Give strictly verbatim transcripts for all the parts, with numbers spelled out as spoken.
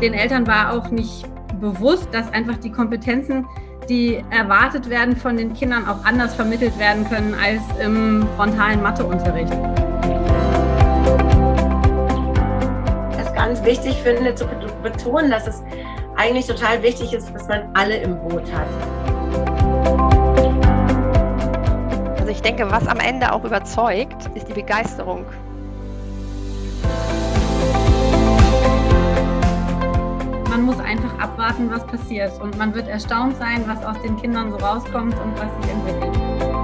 Den Eltern war auch nicht bewusst, dass einfach die Kompetenzen, die erwartet werden von den Kindern, auch anders vermittelt werden können als im frontalen Matheunterricht. Es ist ganz wichtig finde, zu betonen, dass es eigentlich total wichtig ist, dass man alle im Boot hat. Also ich denke, was am Ende auch überzeugt, ist die Begeisterung. Man muss einfach abwarten, was passiert. Und man wird erstaunt sein, was aus den Kindern so rauskommt und was sich entwickelt.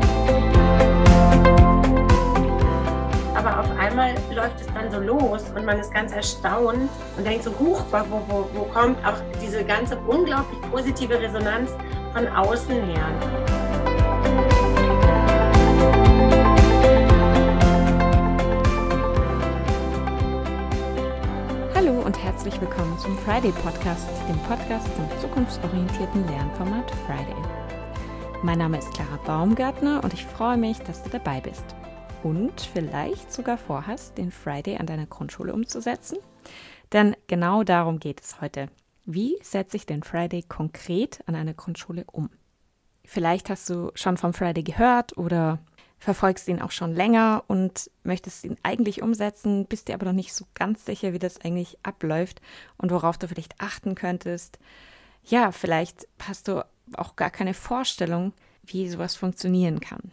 Aber auf einmal läuft es dann so los und man ist ganz erstaunt und denkt so, huch, wo, wo, wo kommt auch diese ganze unglaublich positive Resonanz von außen her. Hallo und herzlich willkommen zum Friday Podcast, dem Podcast zum zukunftsorientierten Lernformat Friday. Mein Name ist Clara Baumgärtner und ich freue mich, dass du dabei bist. Und vielleicht sogar vorhast, den Friday an deiner Grundschule umzusetzen? Denn genau darum geht es heute. Wie setze ich den Friday konkret an einer Grundschule um? Vielleicht hast du schon vom Friday gehört oder verfolgst ihn auch schon länger und möchtest ihn eigentlich umsetzen, bist dir aber noch nicht so ganz sicher, wie das eigentlich abläuft und worauf du vielleicht achten könntest. Ja, vielleicht hast du auch gar keine Vorstellung, wie sowas funktionieren kann.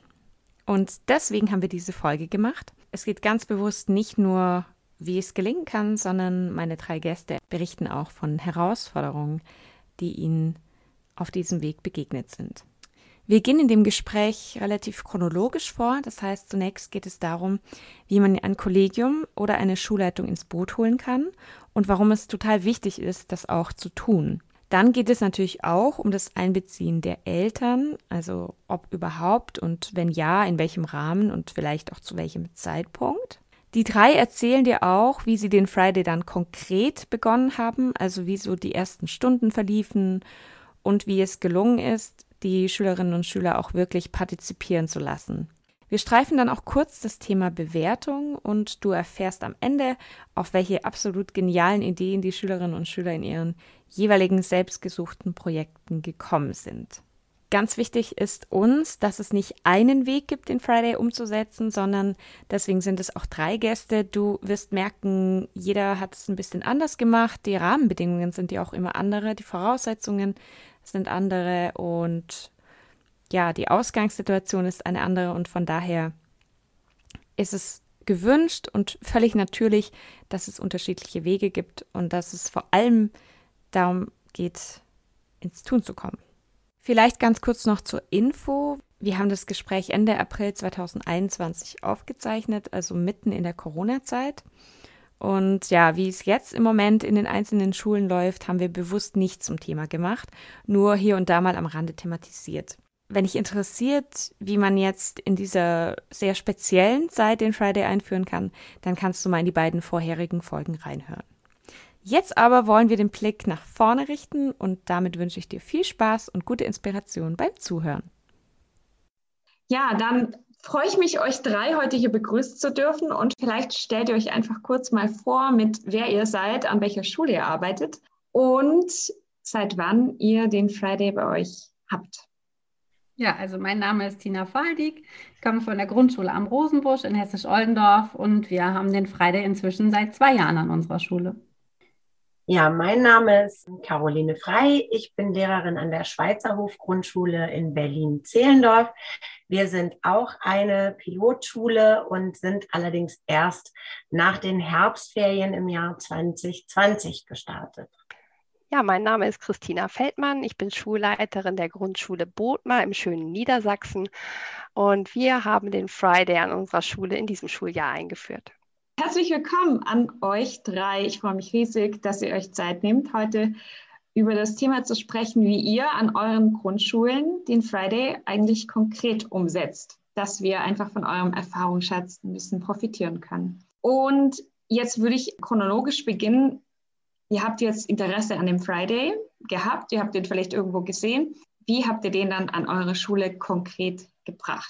Und deswegen haben wir diese Folge gemacht. Es geht ganz bewusst nicht nur, wie es gelingen kann, sondern meine drei Gäste berichten auch von Herausforderungen, die ihnen auf diesem Weg begegnet sind. Wir gehen in dem Gespräch relativ chronologisch vor. Das heißt, zunächst geht es darum, wie man ein Kollegium oder eine Schulleitung ins Boot holen kann und warum es total wichtig ist, das auch zu tun. Dann geht es natürlich auch um das Einbeziehen der Eltern, also ob überhaupt und wenn ja, in welchem Rahmen und vielleicht auch zu welchem Zeitpunkt. Die drei erzählen dir auch, wie sie den Friday dann konkret begonnen haben, also wie so die ersten Stunden verliefen und wie es gelungen ist, die Schülerinnen und Schüler auch wirklich partizipieren zu lassen. Wir streifen dann auch kurz das Thema Bewertung und du erfährst am Ende, auf welche absolut genialen Ideen die Schülerinnen und Schüler in ihren jeweiligen selbstgesuchten Projekten gekommen sind. Ganz wichtig ist uns, dass es nicht einen Weg gibt, den Friday umzusetzen, sondern deswegen sind es auch drei Gäste. Du wirst merken, jeder hat es ein bisschen anders gemacht. Die Rahmenbedingungen sind ja auch immer andere, die Voraussetzungen sind andere und ja, die Ausgangssituation ist eine andere und von daher ist es gewünscht und völlig natürlich, dass es unterschiedliche Wege gibt und dass es vor allem darum geht, ins Tun zu kommen. Vielleicht ganz kurz noch zur Info. Wir haben das Gespräch Ende April zweitausendeinundzwanzig aufgezeichnet, also mitten in der Corona-Zeit. Und ja, wie es jetzt im Moment in den einzelnen Schulen läuft, haben wir bewusst nicht zum Thema gemacht, nur hier und da mal am Rande thematisiert. Wenn dich interessiert, wie man jetzt in dieser sehr speziellen Zeit den Friday einführen kann, dann kannst du mal in die beiden vorherigen Folgen reinhören. Jetzt aber wollen wir den Blick nach vorne richten und damit wünsche ich dir viel Spaß und gute Inspiration beim Zuhören. Ja, dann freue ich mich, euch drei heute hier begrüßen zu dürfen und vielleicht stellt ihr euch einfach kurz mal vor, mit wer ihr seid, an welcher Schule ihr arbeitet und seit wann ihr den Friday bei euch habt. Ja, also mein Name ist Tina Faldig, ich komme von der Grundschule am Rosenbusch in Hessisch-Oldendorf und wir haben den Friday inzwischen seit zwei Jahren an unserer Schule. Ja, mein Name ist Caroline Frey. Ich bin Lehrerin an der Schweizerhof Grundschule in Berlin-Zehlendorf. Wir sind auch eine Pilotschule und sind allerdings erst nach den Herbstferien im Jahr zwanzig zwanzig gestartet. Ja, mein Name ist Christina Feldmann. Ich bin Schulleiterin der Grundschule Bothmer im schönen Niedersachsen und wir haben den Friday an unserer Schule in diesem Schuljahr eingeführt. Herzlich willkommen an euch drei. Ich freue mich riesig, dass ihr euch Zeit nehmt, heute über das Thema zu sprechen, wie ihr an euren Grundschulen den Friday eigentlich konkret umsetzt, dass wir einfach von eurem Erfahrungsschatz ein bisschen profitieren können. Und jetzt würde ich chronologisch beginnen. Ihr habt jetzt Interesse an dem Friday gehabt, ihr habt den vielleicht irgendwo gesehen. Wie habt ihr den dann an eure Schule konkret gebracht?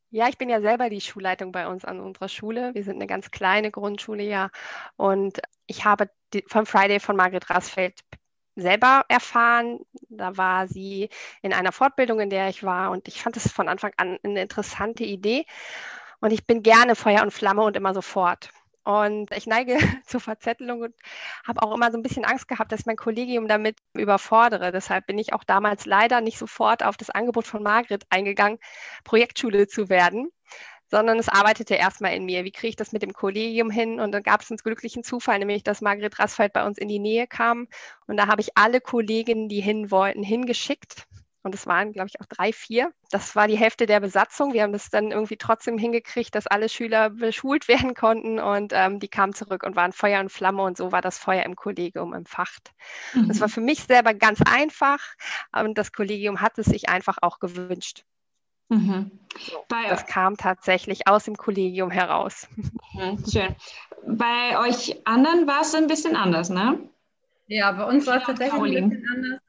Ja, ich bin ja selber die Schulleitung bei uns an unserer Schule. Wir sind eine ganz kleine Grundschule, ja. Und ich habe die, vom Friday von Margret Rasfeld selber erfahren. Da war sie in einer Fortbildung, in der ich war. Und ich fand es von Anfang an eine interessante Idee. Und ich bin gerne Feuer und Flamme und immer sofort. Und ich neige zur Verzettelung und habe auch immer so ein bisschen Angst gehabt, dass ich mein Kollegium damit überfordere. Deshalb bin ich auch damals leider nicht sofort auf das Angebot von Margret eingegangen, Projektschule zu werden, sondern es arbeitete erstmal in mir. Wie kriege ich das mit dem Kollegium hin? Und dann gab es einen glücklichen Zufall, nämlich dass Margret Rasfeld bei uns in die Nähe kam. Und da habe ich alle Kolleginnen, die hin wollten, hingeschickt. Und es waren, glaube ich, auch drei, vier. Das war die Hälfte der Besatzung. Wir haben das dann irgendwie trotzdem hingekriegt, dass alle Schüler beschult werden konnten. Und ähm, die kamen zurück und waren Feuer und Flamme. Und so war das Feuer im Kollegium empfacht. Mhm. Das war für mich selber ganz einfach. Und das Kollegium hat es sich einfach auch gewünscht. Mhm. So, das kam tatsächlich aus dem Kollegium heraus. Mhm, schön. Bei euch anderen war es ein bisschen anders, ne? Ja, bei uns war es tatsächlich Caroline. ein bisschen anders.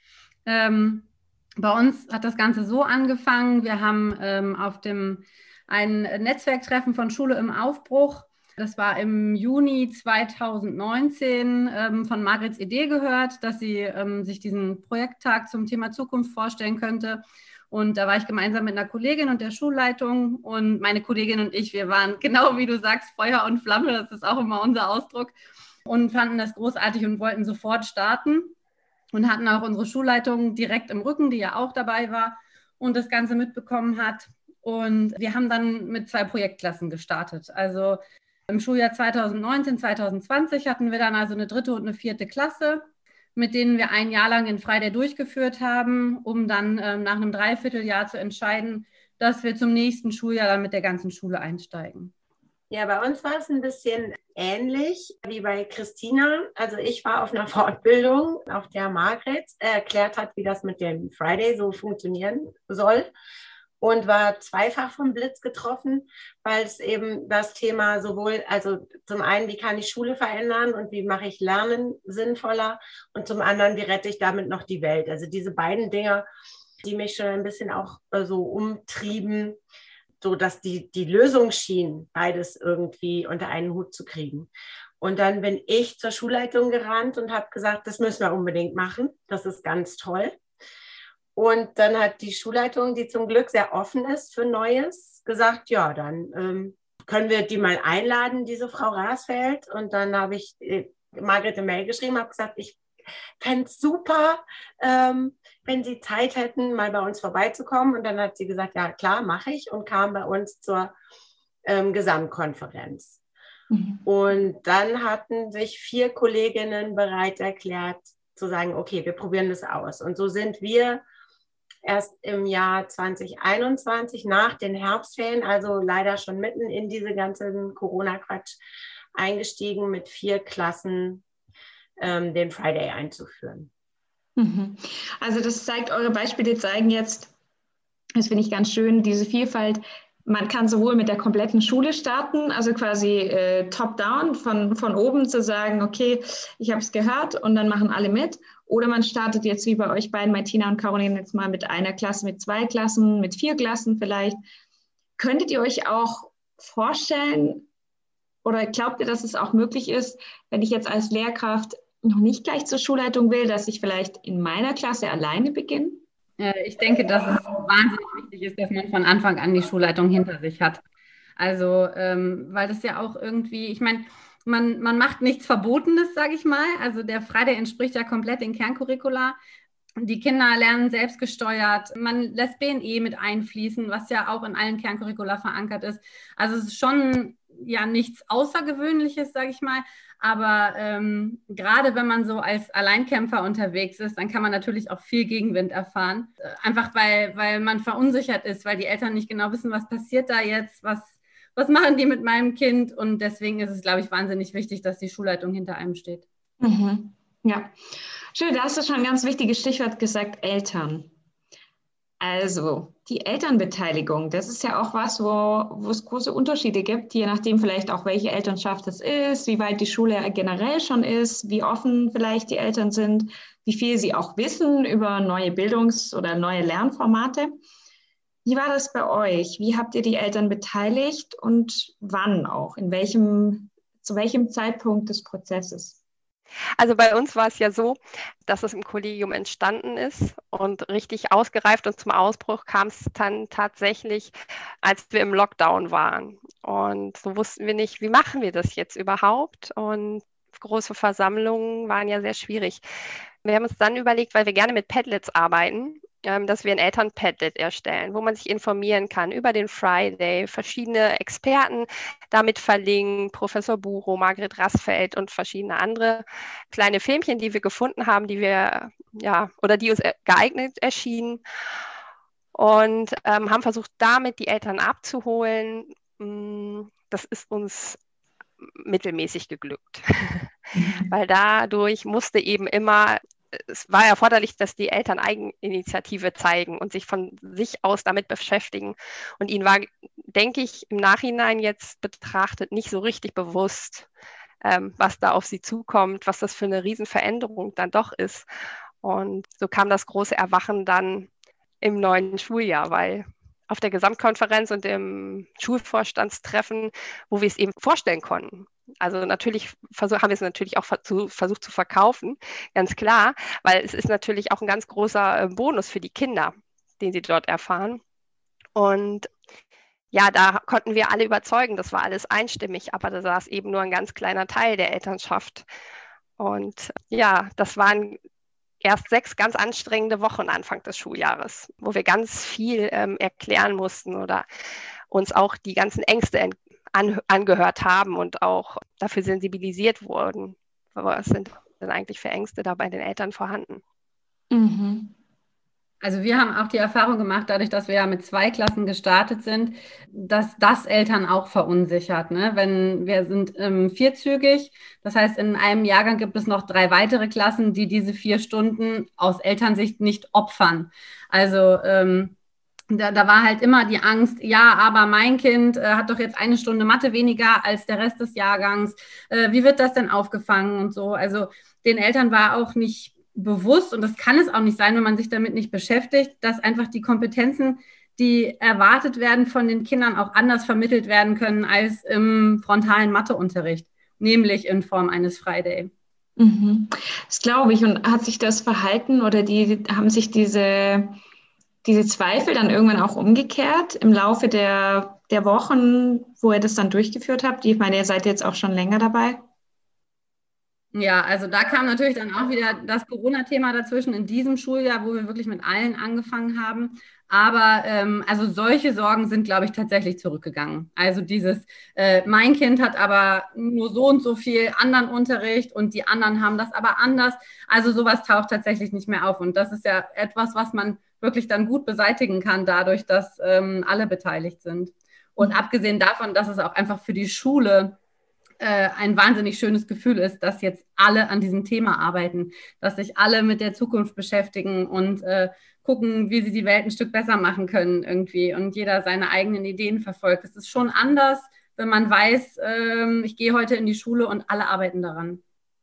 Ähm, Bei uns hat das Ganze so angefangen, wir haben ähm, auf dem ein Netzwerktreffen von Schule im Aufbruch, das war im Juni zweitausendneunzehn, ähm, von Margrets Idee gehört, dass sie ähm, sich diesen Projekttag zum Thema Zukunft vorstellen könnte. Und da war ich gemeinsam mit einer Kollegin und der Schulleitung und meine Kollegin und ich, wir waren genau wie du sagst, Feuer und Flamme, das ist auch immer unser Ausdruck, und fanden das großartig und wollten sofort starten. Und hatten auch unsere Schulleitung direkt im Rücken, die ja auch dabei war und das Ganze mitbekommen hat. Und wir haben dann mit zwei Projektklassen gestartet. Also im Schuljahr zweitausendneunzehn, zweitausendzwanzig hatten wir dann also eine dritte und eine vierte Klasse, mit denen wir ein Jahr lang den Friday durchgeführt haben, um dann ähm, nach einem Dreivierteljahr zu entscheiden, dass wir zum nächsten Schuljahr dann mit der ganzen Schule einsteigen. Ja, bei uns war es ein bisschen ähnlich wie bei Christina. Also ich war auf einer Fortbildung, auf der Margret erklärt hat, wie das mit dem Friday so funktionieren soll, und war zweifach vom Blitz getroffen, weil es eben das Thema sowohl, also zum einen, wie kann ich Schule verändern und wie mache ich Lernen sinnvoller, und zum anderen, wie rette ich damit noch die Welt. Also diese beiden Dinge, die mich schon ein bisschen auch so umtrieben, so dass die, die Lösung schien, beides irgendwie unter einen Hut zu kriegen. Und dann bin ich zur Schulleitung gerannt und habe gesagt, das müssen wir unbedingt machen. Das ist ganz toll. Und dann hat die Schulleitung, die zum Glück sehr offen ist für Neues, gesagt, ja, dann ähm, können wir die mal einladen, diese Frau Rasfeld. Und dann habe ich äh, Margret eine Mail geschrieben, habe gesagt, ich fände es super, ähm, wenn Sie Zeit hätten, mal bei uns vorbeizukommen. Und dann hat sie gesagt, ja klar, mache ich, und kam bei uns zur ähm, Gesamtkonferenz. Mhm. Und dann hatten sich vier Kolleginnen bereit erklärt, zu sagen, okay, wir probieren das aus. Und so sind wir erst im Jahr zweitausendeinundzwanzig nach den Herbstferien, also leider schon mitten in diese ganzen Corona-Quatsch, eingestiegen, mit vier Klassen ähm, den Friday einzuführen. Also das zeigt, eure Beispiele zeigen jetzt, das finde ich ganz schön, diese Vielfalt. Man kann sowohl mit der kompletten Schule starten, also quasi äh, top-down, von, von oben zu sagen, okay, ich habe es gehört und dann machen alle mit. Oder man startet jetzt wie bei euch beiden, Martina und Caroline, jetzt mal mit einer Klasse, mit zwei Klassen, mit vier Klassen vielleicht. Könntet ihr euch auch vorstellen oder glaubt ihr, dass es auch möglich ist, wenn ich jetzt als Lehrkraft noch nicht gleich zur Schulleitung will, dass ich vielleicht in meiner Klasse alleine beginne? Ich denke, dass es wahnsinnig wichtig ist, dass man von Anfang an die Schulleitung hinter sich hat. Also, ähm, weil das ja auch irgendwie, ich meine, man, man macht nichts Verbotenes, sage ich mal. Also der Friday entspricht ja komplett den Kerncurricula. Die Kinder lernen selbstgesteuert. Man lässt B N E mit einfließen, was ja auch in allen Kerncurricula verankert ist. Also es ist schon ja nichts Außergewöhnliches, sage ich mal. Aber ähm, gerade wenn man so als Alleinkämpfer unterwegs ist, dann kann man natürlich auch viel Gegenwind erfahren. Äh, einfach weil, weil man verunsichert ist, weil die Eltern nicht genau wissen, was passiert da jetzt, was, was machen die mit meinem Kind. Und deswegen ist es, glaube ich, wahnsinnig wichtig, dass die Schulleitung hinter einem steht. Mhm. Ja, schön, da hast du schon ein ganz wichtiges Stichwort gesagt, Eltern. Also die Elternbeteiligung, das ist ja auch was, wo, wo es große Unterschiede gibt, je nachdem vielleicht auch, welche Elternschaft es ist, wie weit die Schule generell schon ist, wie offen vielleicht die Eltern sind, wie viel sie auch wissen über neue Bildungs- oder neue Lernformate. Wie war das bei euch? Wie habt ihr die Eltern beteiligt und wann auch? In welchem, zu welchem Zeitpunkt des Prozesses? Also bei uns war es ja so, dass es im Kollegium entstanden ist und richtig ausgereift und zum Ausbruch kam es dann tatsächlich, als wir im Lockdown waren. Und so wussten wir nicht, wie machen wir das jetzt überhaupt? Und große Versammlungen waren ja sehr schwierig. Wir haben uns dann überlegt, weil wir gerne mit Padlets arbeiten, dass wir ein Eltern-Padlet erstellen, wo man sich informieren kann über den Friday, verschiedene Experten damit verlinken, Professor Buchow, Margret Rassfeld und verschiedene andere kleine Filmchen, die wir gefunden haben, die wir, ja, oder die uns geeignet erschienen und ähm, haben versucht, damit die Eltern abzuholen. Das ist uns mittelmäßig geglückt, weil dadurch musste eben immer es war erforderlich, dass die Eltern Eigeninitiative zeigen und sich von sich aus damit beschäftigen. Und ihnen war, denke ich, im Nachhinein jetzt betrachtet nicht so richtig bewusst, ähm, was da auf sie zukommt, was das für eine Riesenveränderung dann doch ist. Und so kam das große Erwachen dann im neuen Schuljahr, weil auf der Gesamtkonferenz und im Schulvorstandstreffen, wo wir es eben vorstellen konnten. Also natürlich versuch, haben wir es natürlich auch versuch, versucht zu verkaufen, ganz klar, weil es ist natürlich auch ein ganz großer Bonus für die Kinder, den sie dort erfahren. Und ja, da konnten wir alle überzeugen, das war alles einstimmig, aber da saß eben nur ein ganz kleiner Teil der Elternschaft. Und ja, das waren erst sechs ganz anstrengende Wochen Anfang des Schuljahres, wo wir ganz viel ähm, erklären mussten oder uns auch die ganzen Ängste ent- an, angehört haben und auch dafür sensibilisiert wurden. Was sind denn eigentlich für Ängste da bei den Eltern vorhanden? Mhm. Also wir haben auch die Erfahrung gemacht, dadurch, dass wir ja mit zwei Klassen gestartet sind, dass das Eltern auch verunsichert. Ne? Wenn wir sind ähm, vierzügig, das heißt, in einem Jahrgang gibt es noch drei weitere Klassen, die diese vier Stunden aus Elternsicht nicht opfern. Also ähm, da, da war halt immer die Angst, ja, aber mein Kind äh, hat doch jetzt eine Stunde Mathe weniger als der Rest des Jahrgangs. Äh, wie wird das denn aufgefangen und so? Also den Eltern war auch nicht bewusst, und das kann es auch nicht sein, wenn man sich damit nicht beschäftigt, dass einfach die Kompetenzen, die erwartet werden von den Kindern, auch anders vermittelt werden können als im frontalen Matheunterricht, nämlich in Form eines Friday. Mhm. Das glaube ich. Und hat sich das Verhalten oder die haben sich diese, diese Zweifel dann irgendwann auch umgekehrt im Laufe der, der Wochen, wo ihr das dann durchgeführt habt? Ich meine, ihr seid jetzt auch schon länger dabei. Ja, also da kam natürlich dann auch wieder das Corona-Thema dazwischen in diesem Schuljahr, wo wir wirklich mit allen angefangen haben. Aber ähm, also solche Sorgen sind, glaube ich, tatsächlich zurückgegangen. Also dieses, äh, mein Kind hat aber nur so und so viel anderen Unterricht und die anderen haben das aber anders. Also sowas taucht tatsächlich nicht mehr auf. Und das ist ja etwas, was man wirklich dann gut beseitigen kann, dadurch, dass ähm, alle beteiligt sind. Und abgesehen davon, dass es auch einfach für die Schule ein wahnsinnig schönes Gefühl ist, dass jetzt alle an diesem Thema arbeiten, dass sich alle mit der Zukunft beschäftigen und äh, gucken, wie sie die Welt ein Stück besser machen können irgendwie und jeder seine eigenen Ideen verfolgt. Es ist schon anders, wenn man weiß, äh, ich gehe heute in die Schule und alle arbeiten daran.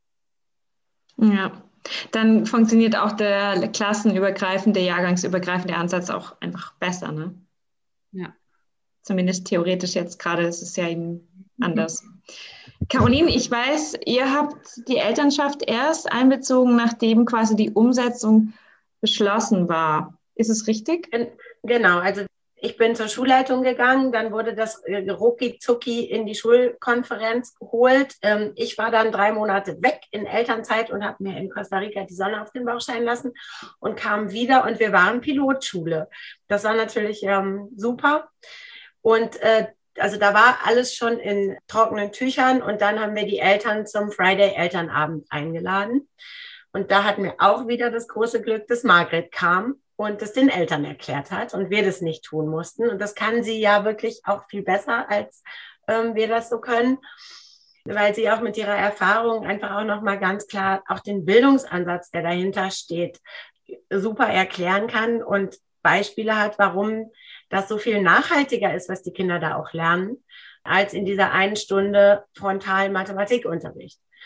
Ja, dann funktioniert auch der klassenübergreifende, jahrgangsübergreifende Ansatz auch einfach besser, ne? Ja. Zumindest theoretisch jetzt gerade, ist es ja eben anders. Caroline, ich weiß, ihr habt die Elternschaft erst einbezogen, nachdem quasi die Umsetzung beschlossen war. Ist es richtig? Genau, also ich bin zur Schulleitung gegangen, dann wurde das rucki zucki in die Schulkonferenz geholt. Ich war dann drei Monate weg in Elternzeit und habe mir in Costa Rica die Sonne auf den Bauch scheinen lassen und kam wieder und wir waren Pilotschule. Das war natürlich ähm, super. Und äh, also da war alles schon in trockenen Tüchern und dann haben wir die Eltern zum Friday-Elternabend eingeladen. Und da hatten wir auch wieder das große Glück, dass Margret kam und das den Eltern erklärt hat und wir das nicht tun mussten. Und das kann sie ja wirklich auch viel besser, als ähm, wir das so können, weil sie auch mit ihrer Erfahrung einfach auch nochmal ganz klar auch den Bildungsansatz, der dahinter steht, super erklären kann und Beispiele hat, warum das so viel nachhaltiger ist, was die Kinder da auch lernen, als in dieser einen Stunde frontal Mathematikunterricht.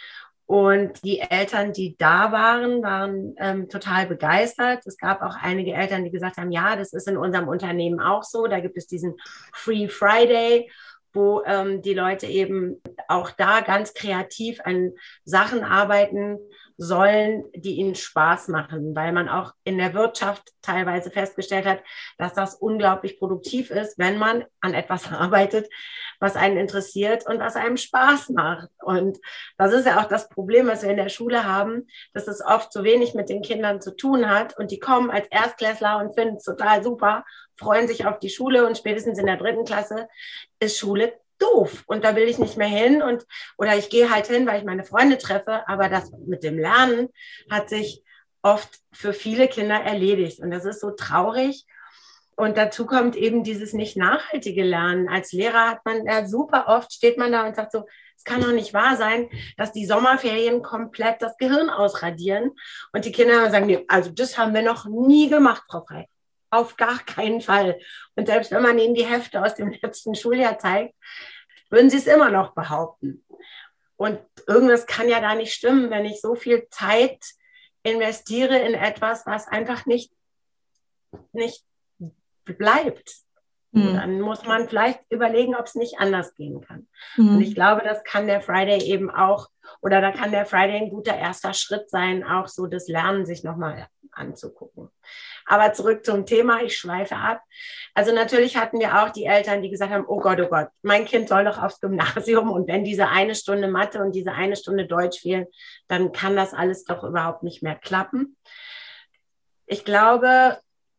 Und die Eltern, die da waren, waren ähm, total begeistert. Es gab auch einige Eltern, die gesagt haben, ja, das ist in unserem Unternehmen auch so. Da gibt es diesen Free Friday, wo ähm, die Leute eben auch da ganz kreativ an Sachen arbeiten sollen, die ihnen Spaß machen, weil man auch in der Wirtschaft teilweise festgestellt hat, dass das unglaublich produktiv ist, wenn man an etwas arbeitet, was einen interessiert und was einem Spaß macht. Und das ist ja auch das Problem, was wir in der Schule haben, dass es oft so wenig mit den Kindern zu tun hat und die kommen als Erstklässler und finden es total super, freuen sich auf die Schule und spätestens in der dritten Klasse ist Schule doof und da will ich nicht mehr hin und oder ich gehe halt hin, weil ich meine Freunde treffe, aber das mit dem Lernen hat sich oft für viele Kinder erledigt und das ist so traurig. Und dazu kommt eben dieses nicht nachhaltige Lernen. Als Lehrer hat man ja super oft, steht man da und sagt so, es kann doch nicht wahr sein, dass die Sommerferien komplett das Gehirn ausradieren und die Kinder sagen, nee, also das haben wir noch nie gemacht, Frau Frey. Auf gar keinen Fall. Und selbst wenn man ihnen die Hefte aus dem letzten Schuljahr zeigt, würden sie es immer noch behaupten. Und irgendwas kann ja da nicht stimmen, wenn ich so viel Zeit investiere in etwas, was einfach nicht, nicht bleibt. Mhm. Dann muss man vielleicht überlegen, ob es nicht anders gehen kann. Mhm. Und ich glaube, das kann der Friday eben auch, oder da kann der Friday ein guter erster Schritt sein, auch so das Lernen sich nochmal anzugucken. Aber zurück zum Thema, ich schweife ab. Also natürlich hatten wir auch die Eltern, die gesagt haben, oh Gott, oh Gott, mein Kind soll doch aufs Gymnasium und wenn diese eine Stunde Mathe und diese eine Stunde Deutsch fehlen, dann kann das alles doch überhaupt nicht mehr klappen. Ich glaube,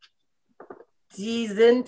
sie sind,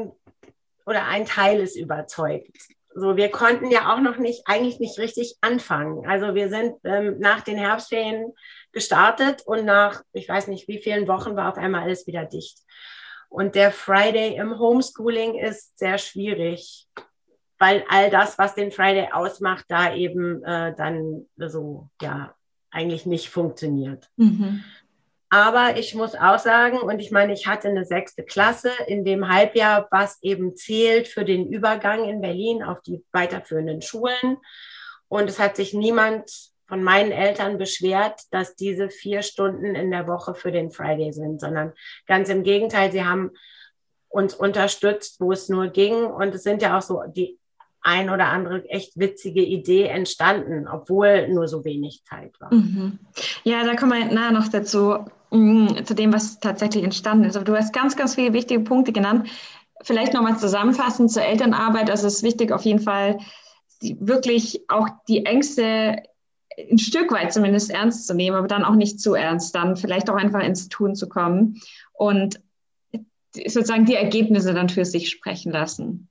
oder ein Teil ist überzeugt. So, wir konnten ja auch noch nicht, eigentlich nicht richtig anfangen. Also wir sind ähm, nach den Herbstferien gestartet und nach, ich weiß nicht wie vielen Wochen war auf einmal alles wieder dicht. Und der Friday im Homeschooling ist sehr schwierig, weil all das, was den Friday ausmacht, da eben äh, dann so, ja, eigentlich nicht funktioniert. Mhm. Aber ich muss auch sagen, und ich meine, ich hatte eine sechste Klasse in dem Halbjahr, was eben zählt für den Übergang in Berlin auf die weiterführenden Schulen. Und es hat sich niemand von meinen Eltern beschwert, dass diese vier Stunden in der Woche für den Friday sind, sondern ganz im Gegenteil, sie haben uns unterstützt, wo es nur ging. Und es sind ja auch so die ein oder andere echt witzige Idee entstanden, obwohl nur so wenig Zeit war. Mhm. Ja, da kommen wir nachher noch dazu, mh, zu dem, was tatsächlich entstanden ist. Aber du hast ganz, ganz viele wichtige Punkte genannt. Vielleicht nochmal zusammenfassend zur Elternarbeit. Also es ist wichtig, auf jeden Fall die, wirklich auch die Ängste ein Stück weit zumindest ernst zu nehmen, aber dann auch nicht zu ernst, dann vielleicht auch einfach ins Tun zu kommen und sozusagen die Ergebnisse dann für sich sprechen lassen.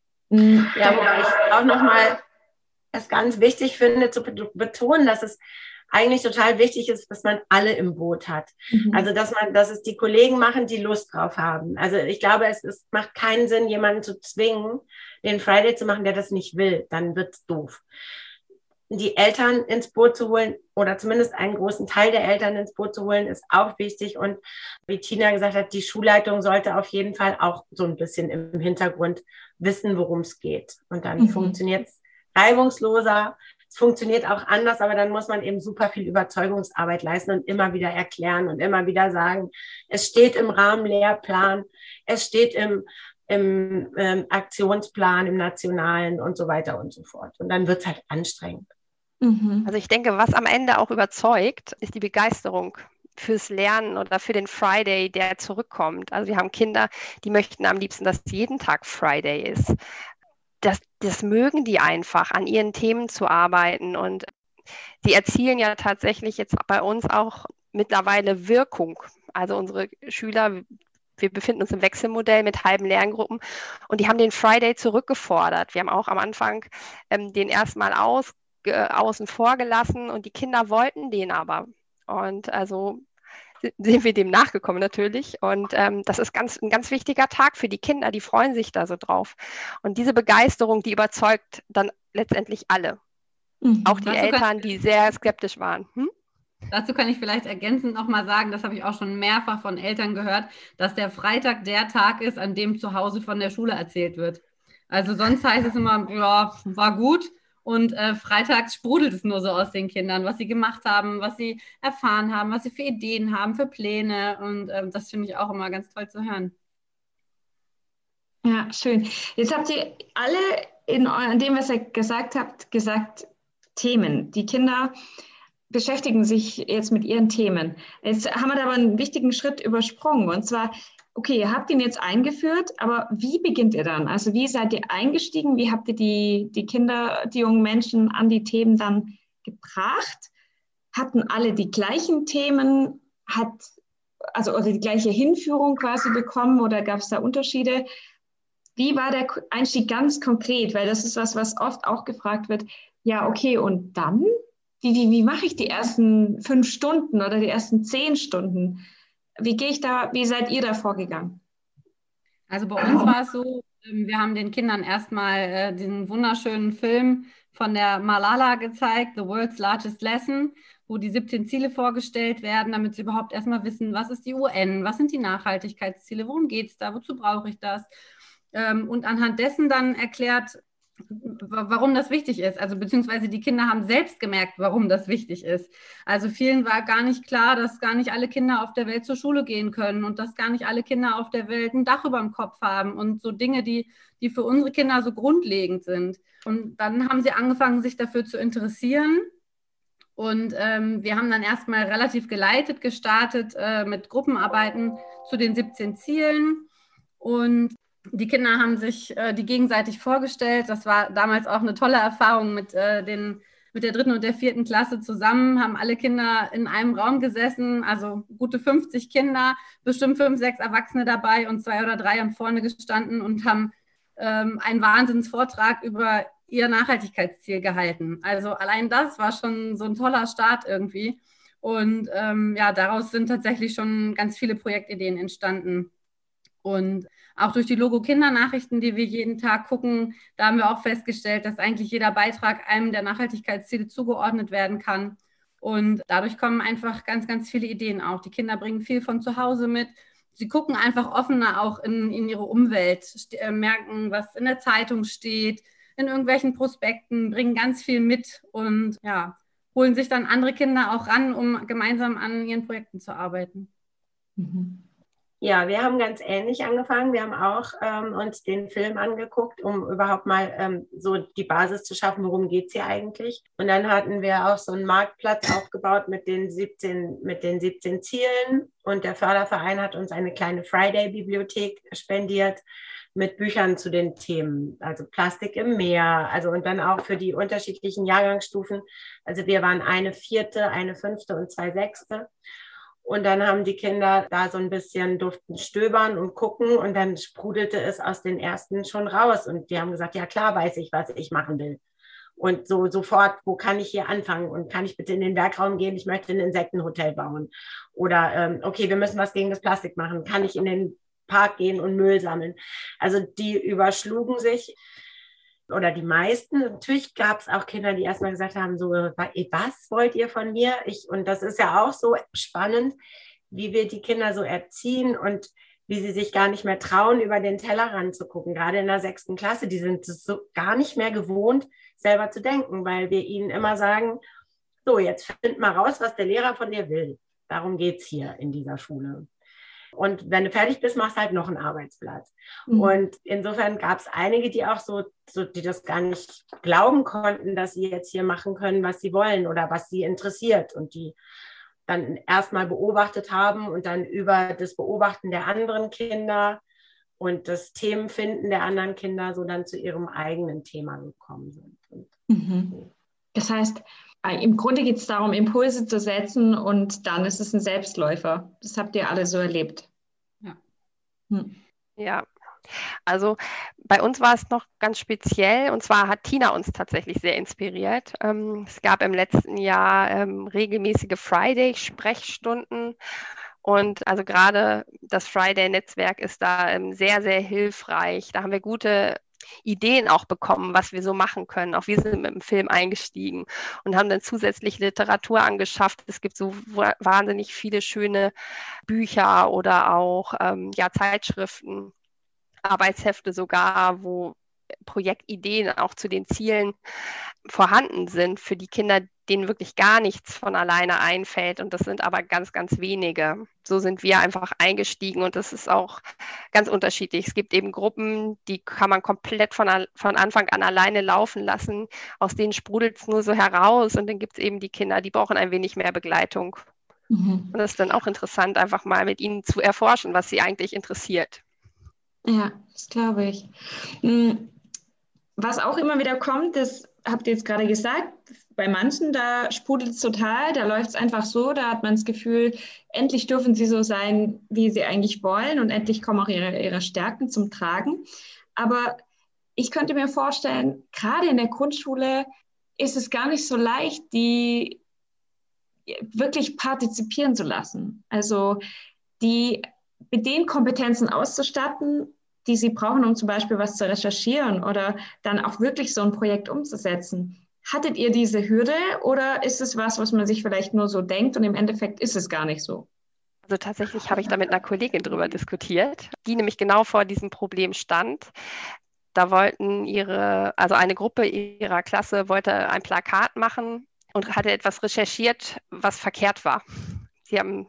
Ja, wobei ich auch nochmal es ganz wichtig finde, zu betonen, dass es eigentlich total wichtig ist, dass man alle im Boot hat. Mhm. Also, dass man, dass es die Kollegen machen, die Lust drauf haben. Also, ich glaube, es, es macht keinen Sinn, jemanden zu zwingen, den Friday zu machen, der das nicht will. Dann wird's doof. Die Eltern ins Boot zu holen oder zumindest einen großen Teil der Eltern ins Boot zu holen, ist auch wichtig. Und wie Tina gesagt hat, die Schulleitung sollte auf jeden Fall auch so ein bisschen im Hintergrund wissen, worum es geht. Und dann mhm. funktioniert es reibungsloser. Es funktioniert auch anders, aber dann muss man eben super viel Überzeugungsarbeit leisten und immer wieder erklären und immer wieder sagen, es steht im Rahmenlehrplan, es steht im im ähm, Aktionsplan, im Nationalen und so weiter und so fort. Und dann wird es halt anstrengend. Also ich denke, was am Ende auch überzeugt, ist die Begeisterung fürs Lernen oder für den Friday, der zurückkommt. Also wir haben Kinder, die möchten am liebsten, dass jeden Tag Friday ist. Das, das mögen die einfach, an ihren Themen zu arbeiten. Und die erzielen ja tatsächlich jetzt bei uns auch mittlerweile Wirkung. Also unsere Schüler, wir befinden uns im Wechselmodell mit halben Lerngruppen und die haben den Friday zurückgefordert. Wir haben auch am Anfang ähm, den erstmal aus, äh, außen vor gelassen und die Kinder wollten den aber. Und also sind wir dem nachgekommen natürlich. Und ähm, das ist ganz, ein ganz wichtiger Tag für die Kinder, die freuen sich da so drauf. Und diese Begeisterung, die überzeugt dann letztendlich alle. Mhm. Auch die dazu Eltern, die sehr skeptisch waren. Hm? Dazu kann ich vielleicht ergänzend nochmal sagen, das habe ich auch schon mehrfach von Eltern gehört, dass der Freitag der Tag ist, an dem zu Hause von der Schule erzählt wird. Also sonst heißt es immer, ja, war gut. Und äh, freitags sprudelt es nur so aus den Kindern, was sie gemacht haben, was sie erfahren haben, was sie für Ideen haben, für Pläne. Und ähm, das finde ich auch immer ganz toll zu hören. Ja, schön. Jetzt habt ihr alle in, in dem, was ihr gesagt habt, gesagt Themen. Die Kinder beschäftigen sich jetzt mit ihren Themen. Jetzt haben wir aber einen wichtigen Schritt übersprungen. Und zwar, okay, ihr habt ihn jetzt eingeführt, aber wie beginnt ihr dann? Also wie seid ihr eingestiegen? Wie habt ihr die, die Kinder, die jungen Menschen an die Themen dann gebracht? Hatten alle die gleichen Themen? Hat, also oder die gleiche Hinführung quasi bekommen oder gab es da Unterschiede? Wie war der Einstieg ganz konkret? Weil das ist was, was oft auch gefragt wird. Ja, okay, und dann? Wie, wie, wie mache ich die ersten fünf Stunden oder die ersten zehn Stunden? Wie gehe ich da, wie seid ihr da vorgegangen? Also bei uns war es so, wir haben den Kindern erstmal äh, diesen wunderschönen Film von der Malala gezeigt, The World's Largest Lesson, wo die siebzehn Ziele vorgestellt werden, damit sie überhaupt erstmal wissen, was ist die U N, was sind die Nachhaltigkeitsziele, worum geht es da, wozu brauche ich das? Ähm, und anhand dessen dann erklärt, warum das wichtig ist. Also beziehungsweise die Kinder haben selbst gemerkt, warum das wichtig ist. Also vielen war gar nicht klar, dass gar nicht alle Kinder auf der Welt zur Schule gehen können und dass gar nicht alle Kinder auf der Welt ein Dach über dem Kopf haben und so Dinge, die, die für unsere Kinder so grundlegend sind. Und dann haben sie angefangen, sich dafür zu interessieren. Und ähm, wir haben dann erstmal relativ geleitet gestartet äh, mit Gruppenarbeiten zu den siebzehn Zielen. Und die Kinder haben sich äh, die gegenseitig vorgestellt. Das war damals auch eine tolle Erfahrung mit, äh, den, mit der dritten und der vierten Klasse zusammen. Haben alle Kinder in einem Raum gesessen, also gute fünfzig Kinder, bestimmt fünf, sechs Erwachsene dabei und zwei oder drei haben vorne gestanden und haben ähm, einen Wahnsinnsvortrag über ihr Nachhaltigkeitsziel gehalten. Also allein das war schon so ein toller Start irgendwie. Und ähm, ja, daraus sind tatsächlich schon ganz viele Projektideen entstanden. Und auch durch die Logo-Kinder-Nachrichten, die wir jeden Tag gucken, da haben wir auch festgestellt, dass eigentlich jeder Beitrag einem der Nachhaltigkeitsziele zugeordnet werden kann. Und dadurch kommen einfach ganz, ganz viele Ideen auch. Die Kinder bringen viel von zu Hause mit. Sie gucken einfach offener auch in, in ihre Umwelt, äh, merken, was in der Zeitung steht, in irgendwelchen Prospekten, bringen ganz viel mit und ja, holen sich dann andere Kinder auch ran, um gemeinsam an ihren Projekten zu arbeiten. Mhm. Ja, wir haben ganz ähnlich angefangen. Wir haben auch ähm, uns den Film angeguckt, um überhaupt mal ähm, so die Basis zu schaffen, worum geht es hier eigentlich. Und dann hatten wir auch so einen Marktplatz aufgebaut mit den siebzehn, mit den siebzehn Zielen. Und der Förderverein hat uns eine kleine Friday-Bibliothek spendiert mit Büchern zu den Themen, also Plastik im Meer, also und dann auch für die unterschiedlichen Jahrgangsstufen. Also wir waren eine vierte, eine fünfte und zwei sechste. Und dann haben die Kinder da so ein bisschen durften stöbern und gucken und dann sprudelte es aus den ersten schon raus. Und die haben gesagt, ja klar weiß ich, was ich machen will. Und so sofort, wo kann ich hier anfangen? Und kann ich bitte in den Werkraum gehen? Ich möchte ein Insektenhotel bauen. Oder ähm, okay, wir müssen was gegen das Plastik machen. Kann ich in den Park gehen und Müll sammeln? Also die überschlugen sich. Oder die meisten. Natürlich gab es auch Kinder, die erstmal gesagt haben, so, was wollt ihr von mir? Ich, und das ist ja auch so spannend, wie wir die Kinder so erziehen und wie sie sich gar nicht mehr trauen, über den Tellerrand zu gucken. Gerade in der sechsten Klasse, die sind so gar nicht mehr gewohnt, selber zu denken, weil wir ihnen immer sagen, so, jetzt find mal raus, was der Lehrer von dir will. Darum geht es hier in dieser Schule. Und wenn du fertig bist, machst du halt noch ein Arbeitsblatt. Mhm. Und insofern gab es einige, die auch so, so, die das gar nicht glauben konnten, dass sie jetzt hier machen können, was sie wollen oder was sie interessiert. Und die dann erstmal beobachtet haben und dann über das Beobachten der anderen Kinder und das Themenfinden der anderen Kinder so dann zu ihrem eigenen Thema gekommen sind. Und mhm. Das heißt, im Grunde geht es darum, Impulse zu setzen und dann ist es ein Selbstläufer. Das habt ihr alle so erlebt. Ja. Hm. Ja, also bei uns war es noch ganz speziell und zwar hat Tina uns tatsächlich sehr inspiriert. Ähm, es gab im letzten Jahr ähm, regelmäßige Friday-Sprechstunden und also gerade das Friday-Netzwerk ist da ähm, sehr, sehr hilfreich. Da haben wir gute Ideen auch bekommen, was wir so machen können. Auch wir sind mit dem Film eingestiegen und haben dann zusätzlich Literatur angeschafft. Es gibt so wahnsinnig viele schöne Bücher oder auch ähm, ja, Zeitschriften, Arbeitshefte sogar, wo Projektideen auch zu den Zielen vorhanden sind für die Kinder, denen wirklich gar nichts von alleine einfällt. Und das sind aber ganz, ganz wenige. So sind wir einfach eingestiegen und das ist auch ganz unterschiedlich. Es gibt eben Gruppen, die kann man komplett von, von Anfang an alleine laufen lassen. Aus denen sprudelt es nur so heraus. Und dann gibt es eben die Kinder, die brauchen ein wenig mehr Begleitung. Mhm. Und das ist dann auch interessant, einfach mal mit ihnen zu erforschen, was sie eigentlich interessiert. Ja, das glaube ich. Was auch immer wieder kommt, das habt ihr jetzt gerade gesagt, bei manchen, da sprudelt es total, da läuft es einfach so, da hat man das Gefühl, endlich dürfen sie so sein, wie sie eigentlich wollen und endlich kommen auch ihre, ihre Stärken zum Tragen. Aber ich könnte mir vorstellen, gerade in der Grundschule ist es gar nicht so leicht, die wirklich partizipieren zu lassen. Also die mit den Kompetenzen auszustatten, die sie brauchen, um zum Beispiel was zu recherchieren oder dann auch wirklich so ein Projekt umzusetzen. Hattet ihr diese Hürde oder ist es was, was man sich vielleicht nur so denkt und im Endeffekt ist es gar nicht so? Also tatsächlich habe ich da mit einer Kollegin drüber diskutiert, die nämlich genau vor diesem Problem stand. Da wollten ihre, also eine Gruppe ihrer Klasse wollte ein Plakat machen und hatte etwas recherchiert, was verkehrt war. Sie haben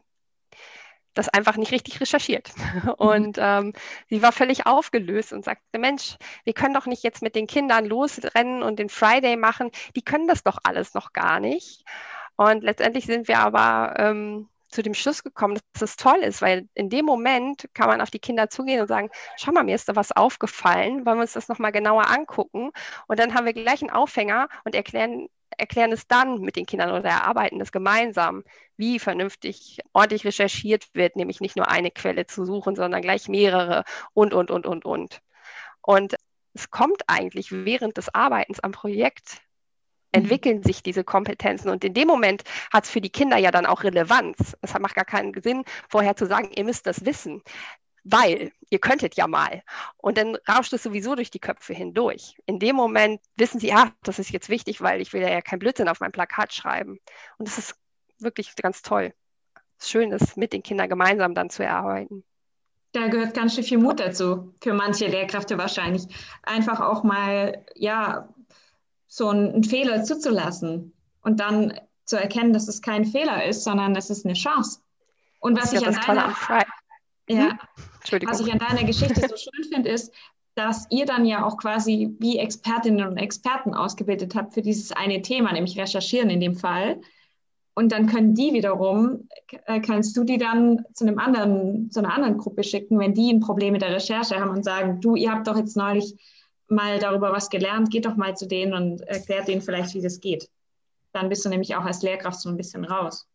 das einfach nicht richtig recherchiert. Und ähm, sie war völlig aufgelöst und sagte, Mensch, wir können doch nicht jetzt mit den Kindern losrennen und den Friday machen. Die können das doch alles noch gar nicht. Und letztendlich sind wir aber ähm, zu dem Schluss gekommen, dass das toll ist, weil in dem Moment kann man auf die Kinder zugehen und sagen, schau mal, mir ist da was aufgefallen, wollen wir uns das nochmal genauer angucken? Und dann haben wir gleich einen Aufhänger und erklären, erklären es dann mit den Kindern oder erarbeiten es gemeinsam, wie vernünftig, ordentlich recherchiert wird, nämlich nicht nur eine Quelle zu suchen, sondern gleich mehrere und, und, und, und, und. Und es kommt eigentlich während des Arbeitens am Projekt, entwickeln sich diese Kompetenzen und in dem Moment hat es für die Kinder ja dann auch Relevanz. Es macht gar keinen Sinn, vorher zu sagen, ihr müsst das wissen, weil ihr könntet ja mal. Und dann rauscht es sowieso durch die Köpfe hindurch. In dem Moment wissen sie, ja, das ist jetzt wichtig, weil ich will ja kein Blödsinn auf mein Plakat schreiben. Und das ist wirklich ganz toll. Es ist schön, das mit den Kindern gemeinsam dann zu erarbeiten. Da gehört ganz schön viel Mut dazu, für manche Lehrkräfte wahrscheinlich. Einfach auch mal, ja, so einen Fehler zuzulassen und dann zu erkennen, dass es kein Fehler ist, sondern es ist eine Chance. Und was, ich an, deiner, ja, was ich an deiner Geschichte so schön finde, ist, dass ihr dann ja auch quasi wie Expertinnen und Experten ausgebildet habt für dieses eine Thema, nämlich Recherchieren in dem Fall. Und dann können die wiederum, äh, kannst du die dann zu einem anderen, zu einer anderen Gruppe schicken, wenn die ein Problem mit der Recherche haben und sagen, du, ihr habt doch jetzt neulich mal darüber was gelernt, geht doch mal zu denen und erklärt denen vielleicht, wie das geht. Dann bist du nämlich auch als Lehrkraft so ein bisschen raus.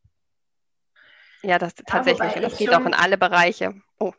Ja, das tatsächlich. Ja, das geht schon, auch in alle Bereiche. Oh.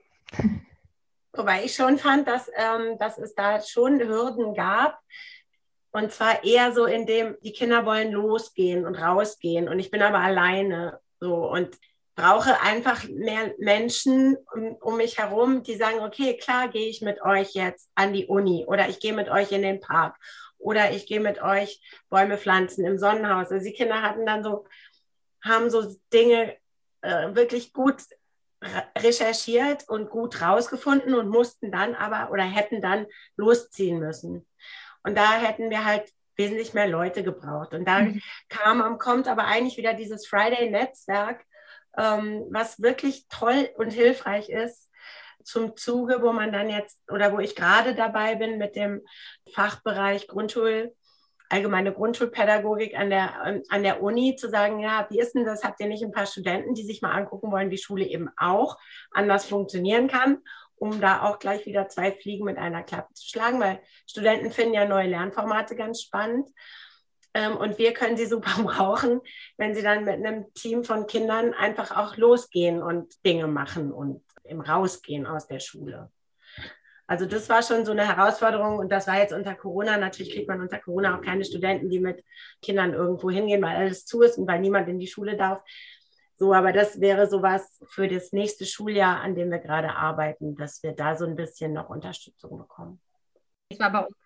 Wobei ich schon fand, dass, ähm, dass es da schon Hürden gab. Und zwar eher so, in dem die Kinder wollen losgehen und rausgehen. Und ich bin aber alleine. So, und brauche einfach mehr Menschen um, um mich herum, die sagen, okay, klar, gehe ich mit euch jetzt an die Uni oder ich gehe mit euch in den Park oder ich gehe mit euch Bäume pflanzen im Sonnenhaus. Also die Kinder hatten dann so, haben so Dinge äh, wirklich gut recherchiert und gut rausgefunden und mussten dann aber oder hätten dann losziehen müssen. Und da hätten wir halt wesentlich mehr Leute gebraucht. Und da mhm. kam, kommt aber eigentlich wieder dieses Friday-Netzwerk, ähm, was wirklich toll und hilfreich ist, zum Zuge, wo man dann jetzt, oder wo ich gerade dabei bin mit dem Fachbereich Grundschul, allgemeine Grundschulpädagogik an der, an der Uni, zu sagen, ja, wie ist denn das? Habt ihr nicht ein paar Studenten, die sich mal angucken wollen, wie Schule eben auch anders funktionieren kann, um da auch gleich wieder zwei Fliegen mit einer Klappe zu schlagen, weil Studenten finden ja neue Lernformate ganz spannend. Und wir können sie super brauchen, wenn sie dann mit einem Team von Kindern einfach auch losgehen und Dinge machen und im Rausgehen aus der Schule. Also das war schon so eine Herausforderung und das war jetzt unter Corona. Natürlich kriegt man unter Corona auch keine Studenten, die mit Kindern irgendwo hingehen, weil alles zu ist und weil niemand in die Schule darf. So, aber das wäre sowas für das nächste Schuljahr, an dem wir gerade arbeiten, dass wir da so ein bisschen noch Unterstützung bekommen. Es war bei uns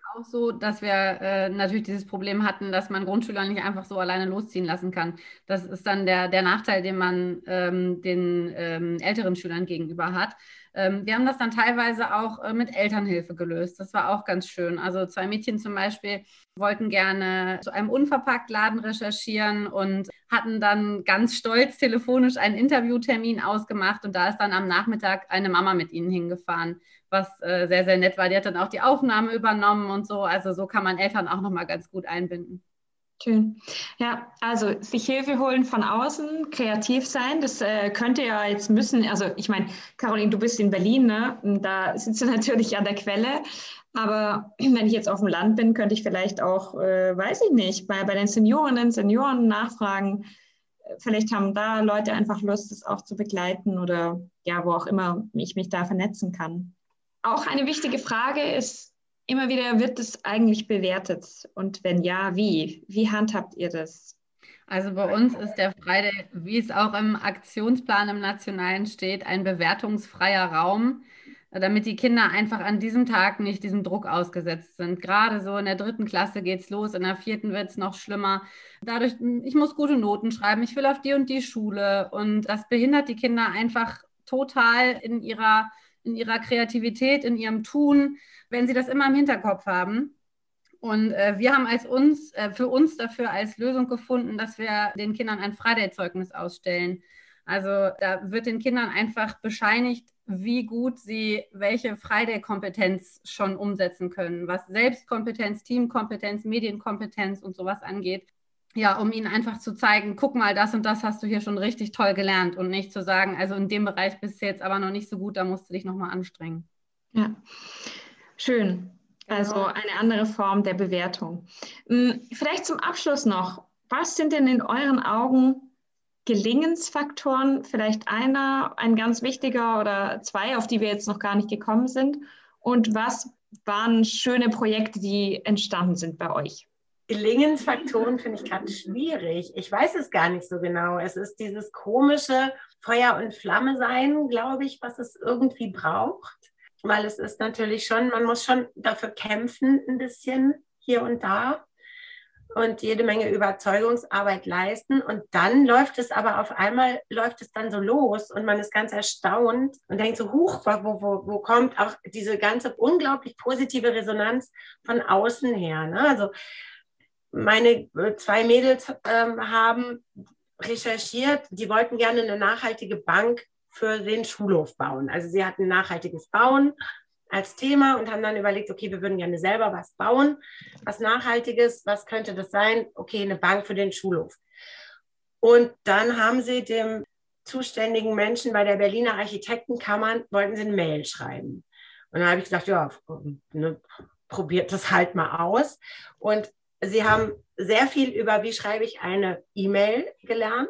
auch so, dass wir äh, natürlich dieses Problem hatten, dass man Grundschüler nicht einfach so alleine losziehen lassen kann. Das ist dann der, der Nachteil, den man ähm, den ähm, älteren Schülern gegenüber hat. Ähm, wir haben das dann teilweise auch äh, mit Elternhilfe gelöst. Das war auch ganz schön. Also zwei Mädchen zum Beispiel wollten gerne zu einem Unverpacktladen recherchieren und hatten dann ganz stolz telefonisch einen Interviewtermin ausgemacht. Und da ist dann am Nachmittag eine Mama mit ihnen hingefahren, was äh, sehr, sehr nett war. Die hat dann auch die Aufnahme übernommen und so. Also so kann man Eltern auch nochmal ganz gut einbinden. Schön. Ja, also sich Hilfe holen von außen, kreativ sein, das äh, könnte ja jetzt müssen, also ich meine, Caroline, du bist in Berlin, ne? Und da sitzt du natürlich an der Quelle, aber wenn ich jetzt auf dem Land bin, könnte ich vielleicht auch, äh, weiß ich nicht, bei, bei den Seniorinnen, Senioren nachfragen. Vielleicht haben da Leute einfach Lust, das auch zu begleiten oder ja, wo auch immer ich mich da vernetzen kann. Auch eine wichtige Frage ist, immer wieder, wird es eigentlich bewertet? Und wenn ja, wie? Wie handhabt ihr das? Also bei uns ist der Friday, wie es auch im Aktionsplan im Nationalen steht, ein bewertungsfreier Raum, damit die Kinder einfach an diesem Tag nicht diesem Druck ausgesetzt sind. Gerade so in der dritten Klasse geht es los, in der vierten wird es noch schlimmer. Dadurch, ich muss gute Noten schreiben, ich will auf die und die Schule. Und das behindert die Kinder einfach total in ihrer, in ihrer Kreativität, in ihrem Tun, wenn sie das immer im Hinterkopf haben. Und äh, wir haben als uns, äh, für uns dafür als Lösung gefunden, dass wir den Kindern ein Friday-Zeugnis ausstellen. Also da wird den Kindern einfach bescheinigt, wie gut sie welche Friday-Kompetenz schon umsetzen können, was Selbstkompetenz, Teamkompetenz, Medienkompetenz und sowas angeht. Ja, um ihnen einfach zu zeigen, guck mal, das und das hast du hier schon richtig toll gelernt und nicht zu sagen, also in dem Bereich bist du jetzt aber noch nicht so gut, da musst du dich nochmal anstrengen. Ja. Schön. Also eine andere Form der Bewertung. Vielleicht zum Abschluss noch. Was sind denn in euren Augen Gelingensfaktoren? Vielleicht einer, ein ganz wichtiger oder zwei, auf die wir jetzt noch gar nicht gekommen sind. Und was waren schöne Projekte, die entstanden sind bei euch? Gelingensfaktoren finde ich gerade schwierig. Ich weiß es gar nicht so genau. Es ist dieses komische Feuer- und Flamme-Sein, glaube ich, was es irgendwie braucht. Weil es ist natürlich schon, man muss schon dafür kämpfen, ein bisschen hier und da und jede Menge Überzeugungsarbeit leisten. Und dann läuft es aber auf einmal, läuft es dann so los und man ist ganz erstaunt und denkt so, huch, wo, wo, wo kommt auch diese ganze unglaublich positive Resonanz von außen her. Ne? Also meine zwei Mädels ähm, haben recherchiert, die wollten gerne eine nachhaltige Bank für den Schulhof bauen. Also sie hatten nachhaltiges Bauen als Thema und haben dann überlegt, okay, wir würden gerne selber was bauen, was Nachhaltiges, was könnte das sein? Okay, eine Bank für den Schulhof. Und dann haben sie dem zuständigen Menschen bei der Berliner Architektenkammer, wollten sie eine Mail schreiben. Und dann habe ich gesagt, ja, ne, probiert das halt mal aus. Und sie haben sehr viel über, wie schreibe ich eine E-Mail gelernt,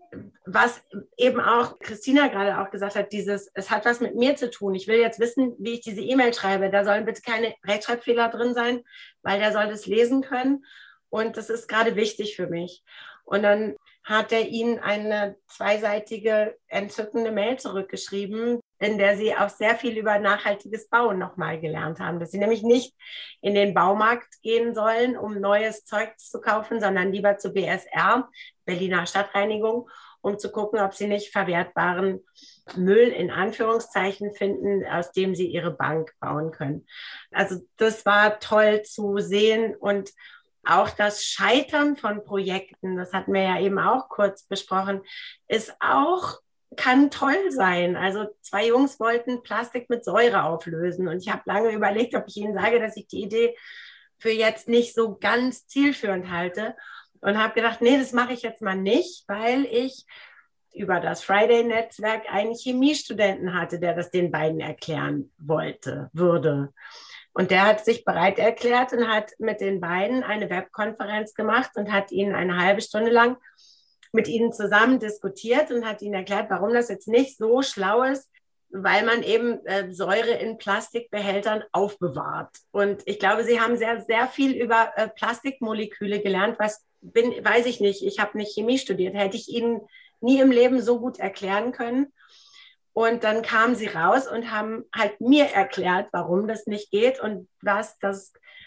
was eben auch Christina gerade auch gesagt hat, dieses, es hat was mit mir zu tun. Ich will jetzt wissen, wie ich diese E-Mail schreibe. Da sollen bitte keine Rechtschreibfehler drin sein, weil der soll das lesen können. Und das ist gerade wichtig für mich. Und dann hat er ihnen eine zweiseitige, entzückende Mail zurückgeschrieben, in der sie auch sehr viel über nachhaltiges Bauen nochmal gelernt haben. Dass sie nämlich nicht in den Baumarkt gehen sollen, um neues Zeug zu kaufen, sondern lieber zu B S R, Berliner Stadtreinigung, um zu gucken, ob sie nicht verwertbaren Müll in Anführungszeichen finden, aus dem sie ihre Bank bauen können. Also das war toll zu sehen und auch das Scheitern von Projekten, das hatten wir ja eben auch kurz besprochen, ist auch, kann toll sein. Also zwei Jungs wollten Plastik mit Säure auflösen und ich habe lange überlegt, ob ich ihnen sage, dass ich die Idee für jetzt nicht so ganz zielführend halte und habe gedacht, nee, das mache ich jetzt mal nicht, weil ich über das Friday-Netzwerk einen Chemiestudenten hatte, der das den beiden erklären wollte, würde. Und der hat sich bereit erklärt und hat mit den beiden eine Webkonferenz gemacht und hat ihnen eine halbe Stunde lang mit ihnen zusammen diskutiert und hat ihnen erklärt, warum das jetzt nicht so schlau ist, weil man eben äh, Säure in Plastikbehältern aufbewahrt. Und ich glaube, sie haben sehr, sehr viel über äh, Plastikmoleküle gelernt, was bin, weiß ich nicht, ich habe nicht Chemie studiert, hätte ich ihnen nie im Leben so gut erklären können. Und dann kamen sie raus und haben halt mir erklärt, warum das nicht geht und was das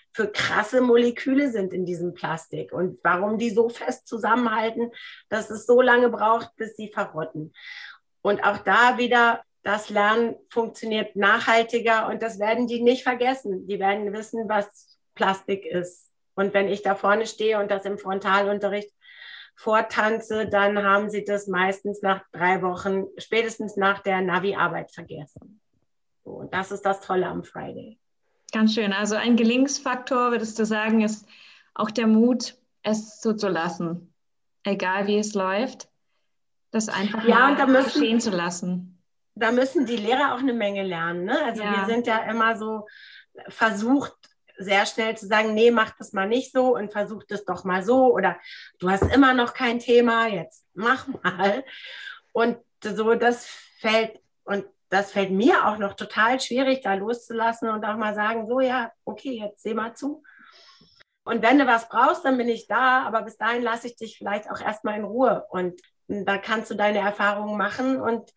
für krasse Moleküle sind in diesem Plastik und warum die so fest zusammenhalten, dass es so lange braucht, bis sie verrotten. Und auch da wieder, das Lernen funktioniert nachhaltiger und das werden die nicht vergessen. Die werden wissen, was Plastik ist. Und wenn ich da vorne stehe und das im Frontalunterricht vortanze, dann haben sie das meistens nach drei Wochen, spätestens nach der Navi-Arbeit vergessen. So, und das ist das Tolle am Friday. Ganz schön. Also ein Gelingensfaktor, würdest du sagen, ist auch der Mut, es so zu lassen. Egal wie es läuft, das einfach ja, mal und da müssen, geschehen zu lassen. Da müssen die Lehrer auch eine Menge lernen. Ne? Also ja. Wir sind ja immer so versucht, sehr schnell zu sagen, nee, mach das mal nicht so und versuch das doch mal so oder du hast immer noch kein Thema, jetzt mach mal. Und so, das fällt, und das fällt mir auch noch total schwierig, da loszulassen und auch mal sagen, so ja, okay, jetzt seh mal zu. Und wenn du was brauchst, dann bin ich da, aber bis dahin lasse ich dich vielleicht auch erstmal in Ruhe und da kannst du deine Erfahrungen machen und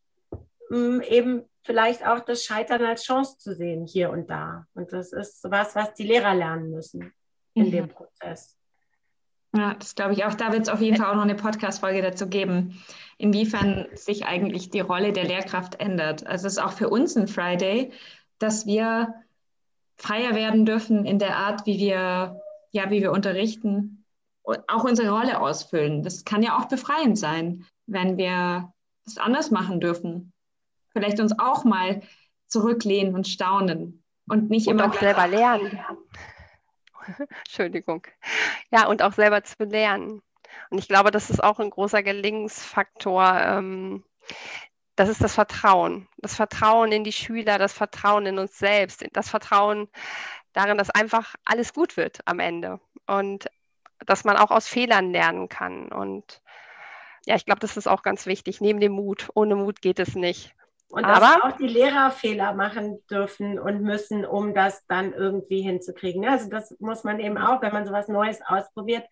mh, eben vielleicht auch das Scheitern als Chance zu sehen hier und da. Und das ist was, was die Lehrer lernen müssen in mhm. dem Prozess. Ja, das glaube ich auch. Da wird es auf jeden Fall auch noch eine Podcast-Folge dazu geben, inwiefern sich eigentlich die Rolle der Lehrkraft ändert. Also es ist auch für uns ein Friday, dass wir freier werden dürfen in der Art, wie wir, ja, wie wir unterrichten und auch unsere Rolle ausfüllen. Das kann ja auch befreiend sein, wenn wir das anders machen dürfen. Vielleicht uns auch mal zurücklehnen und staunen und nicht und immer auch selber lernen. Entschuldigung. Ja, und auch selber zu lernen. Und ich glaube, das ist auch ein großer Gelingensfaktor. Ähm, das ist das Vertrauen. Das Vertrauen in die Schüler, das Vertrauen in uns selbst, das Vertrauen darin, dass einfach alles gut wird am Ende. Und dass man auch aus Fehlern lernen kann. Und ja, ich glaube, das ist auch ganz wichtig. Neben dem Mut. Ohne Mut geht es nicht. Und dass Aber, auch die Lehrer Fehler machen dürfen und müssen, um das dann irgendwie hinzukriegen. Also das muss man eben auch, wenn man sowas Neues ausprobiert,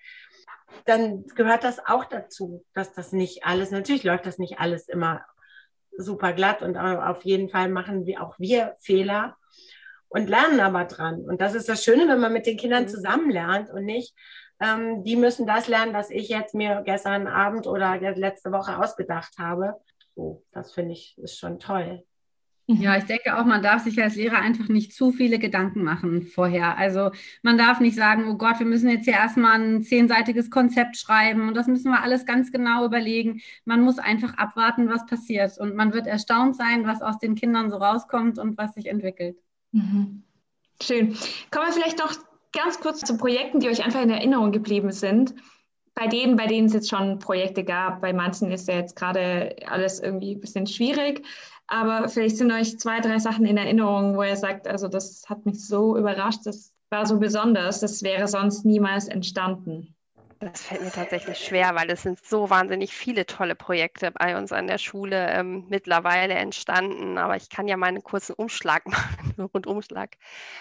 dann gehört das auch dazu, dass das nicht alles, natürlich läuft das nicht alles immer super glatt und auf jeden Fall machen wir auch wir Fehler und lernen aber dran. Und das ist das Schöne, wenn man mit den Kindern zusammen lernt und nicht, ähm, die müssen das lernen, was ich jetzt mir gestern Abend oder letzte Woche ausgedacht habe. So, das finde ich ist schon toll. Ja, ich denke auch, man darf sich als Lehrer einfach nicht zu viele Gedanken machen vorher. Also man darf nicht sagen, oh Gott, wir müssen jetzt hier erstmal ein zehnseitiges Konzept schreiben und das müssen wir alles ganz genau überlegen. Man muss einfach abwarten, was passiert und man wird erstaunt sein, was aus den Kindern so rauskommt und was sich entwickelt. Mhm. Schön. Kommen wir vielleicht noch ganz kurz zu Projekten, die euch einfach in Erinnerung geblieben sind. Bei denen, bei denen es jetzt schon Projekte gab, bei manchen ist ja jetzt gerade alles irgendwie ein bisschen schwierig, aber vielleicht sind euch zwei, drei Sachen in Erinnerung, wo ihr sagt, also das hat mich so überrascht, das war so besonders, das wäre sonst niemals entstanden. Das fällt mir tatsächlich schwer, weil es sind so wahnsinnig viele tolle Projekte bei uns an der Schule ähm, mittlerweile entstanden, aber ich kann ja mal einen kurzen Umschlag machen, so Rundumschlag.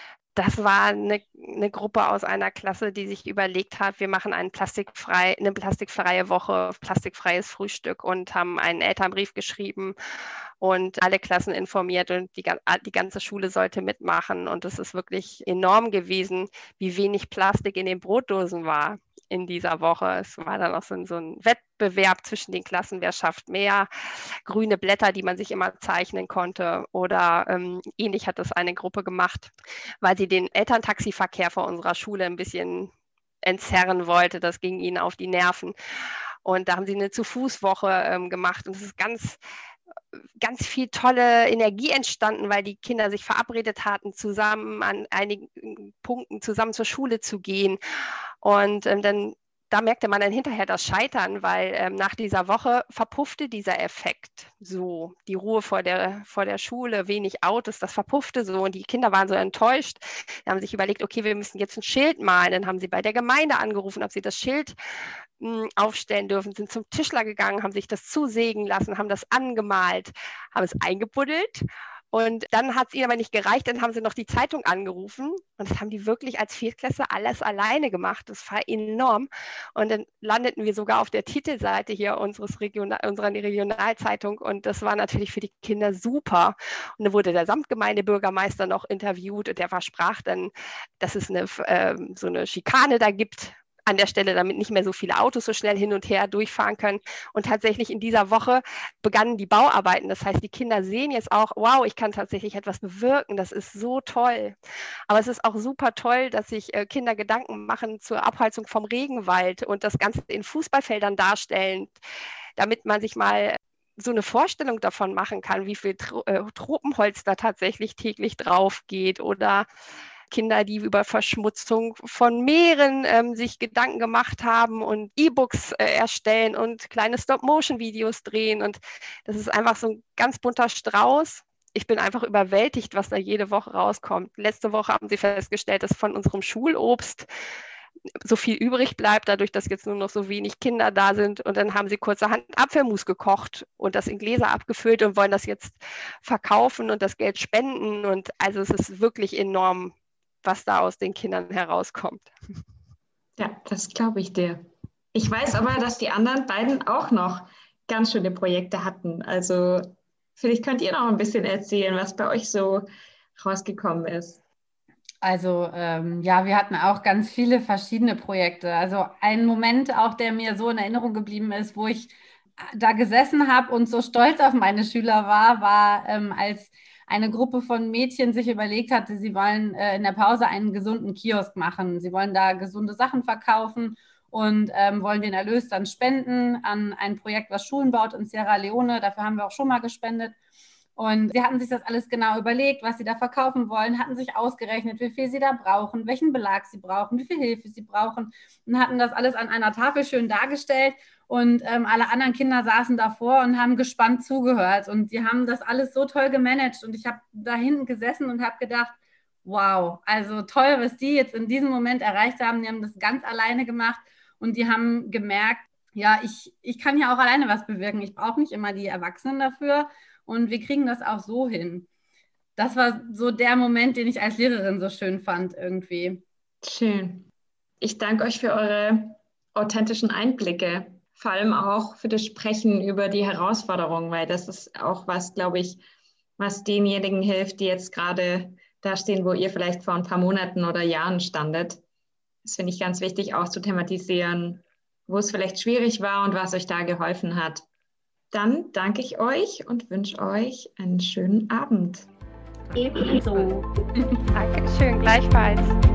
Das war eine, eine Gruppe aus einer Klasse, die sich überlegt hat, wir machen einen plastikfrei, eine plastikfreie Woche, plastikfreies Frühstück und haben einen Elternbrief geschrieben und alle Klassen informiert und die, die ganze Schule sollte mitmachen. Und es ist wirklich enorm gewesen, wie wenig Plastik in den Brotdosen war in dieser Woche. Es war dann auch so ein, so ein Wettbewerb zwischen den Klassen, wer schafft mehr grüne Blätter, die man sich immer zeichnen konnte. Oder ähm, ähnlich hat das eine Gruppe gemacht, weil sie den Elterntaxiverkehr vor unserer Schule ein bisschen entzerren wollte. Das ging ihnen auf die Nerven. Und da haben sie eine Zu-Fuß-Woche ähm, gemacht. Und es ist ganz ganz viel tolle Energie entstanden, weil die Kinder sich verabredet hatten, zusammen an einigen Punkten zusammen zur Schule zu gehen. Und ähm, dann da merkte man dann hinterher das Scheitern, weil ähm, nach dieser Woche verpuffte dieser Effekt so. Die Ruhe vor der, vor der Schule, wenig Autos, das verpuffte so und die Kinder waren so enttäuscht. Die haben sich überlegt, okay, wir müssen jetzt ein Schild malen. Dann haben sie bei der Gemeinde angerufen, ob sie das Schild mh, aufstellen dürfen, sind zum Tischler gegangen, haben sich das zusägen lassen, haben das angemalt, haben es eingebuddelt Und dann hat es ihnen aber nicht gereicht, dann haben sie noch die Zeitung angerufen und das haben die wirklich als Viertklässler alles alleine gemacht. Das war enorm. Und dann landeten wir sogar auf der Titelseite hier unseres Regional, unserer Regionalzeitung und das war natürlich für die Kinder super. Und dann wurde der Samtgemeindebürgermeister noch interviewt und der versprach dann, dass es eine, äh, so eine Schikane da gibt an der Stelle, damit nicht mehr so viele Autos so schnell hin und her durchfahren können. Und tatsächlich in dieser Woche begannen die Bauarbeiten. Das heißt, die Kinder sehen jetzt auch, wow, ich kann tatsächlich etwas bewirken. Das ist so toll. Aber es ist auch super toll, dass sich äh, Kinder Gedanken machen zur Abholzung vom Regenwald und das Ganze in Fußballfeldern darstellen, damit man sich mal so eine Vorstellung davon machen kann, wie viel Tro- äh, Tropenholz da tatsächlich täglich drauf geht oder Kinder, die über Verschmutzung von Meeren ähm, sich Gedanken gemacht haben und E-Books äh, erstellen und kleine Stop-Motion-Videos drehen. Und das ist einfach so ein ganz bunter Strauß. Ich bin einfach überwältigt, was da jede Woche rauskommt. Letzte Woche haben sie festgestellt, dass von unserem Schulobst so viel übrig bleibt, dadurch, dass jetzt nur noch so wenig Kinder da sind. Und dann haben sie kurzerhand Apfelmus gekocht und das in Gläser abgefüllt und wollen das jetzt verkaufen und das Geld spenden. Und also es ist wirklich enorm, was da aus den Kindern herauskommt. Ja, das glaube ich dir. Ich weiß aber, dass die anderen beiden auch noch ganz schöne Projekte hatten. Also vielleicht könnt ihr noch ein bisschen erzählen, was bei euch so rausgekommen ist. Also ähm, ja, wir hatten auch ganz viele verschiedene Projekte. Also ein Moment auch, der mir so in Erinnerung geblieben ist, wo ich da gesessen habe und so stolz auf meine Schüler war, war ähm, als eine Gruppe von Mädchen sich überlegt hatte, sie wollen äh, in der Pause einen gesunden Kiosk machen. Sie wollen da gesunde Sachen verkaufen und ähm, wollen den Erlös dann spenden an ein Projekt, was Schulen baut in Sierra Leone. Dafür haben wir auch schon mal gespendet. Und sie hatten sich das alles genau überlegt, was sie da verkaufen wollen, hatten sich ausgerechnet, wie viel sie da brauchen, welchen Belag sie brauchen, wie viel Hilfe sie brauchen und hatten das alles an einer Tafel schön dargestellt. Und ähm, alle anderen Kinder saßen davor und haben gespannt zugehört. Und die haben das alles so toll gemanagt. Und ich habe da hinten gesessen und habe gedacht, wow, also toll, was die jetzt in diesem Moment erreicht haben. Die haben das ganz alleine gemacht und die haben gemerkt, ja, ich, ich kann ja auch alleine was bewirken. Ich brauche nicht immer die Erwachsenen dafür. Und wir kriegen das auch so hin. Das war so der Moment, den ich als Lehrerin so schön fand irgendwie. Schön. Ich danke euch für eure authentischen Einblicke, vor allem auch für das Sprechen über die Herausforderungen, weil das ist auch was, glaube ich, was denjenigen hilft, die jetzt gerade da stehen, wo ihr vielleicht vor ein paar Monaten oder Jahren standet. Das finde ich ganz wichtig, auch zu thematisieren, wo es vielleicht schwierig war und was euch da geholfen hat. Dann danke ich euch und wünsche euch einen schönen Abend. Ebenso. Dankeschön, gleichfalls.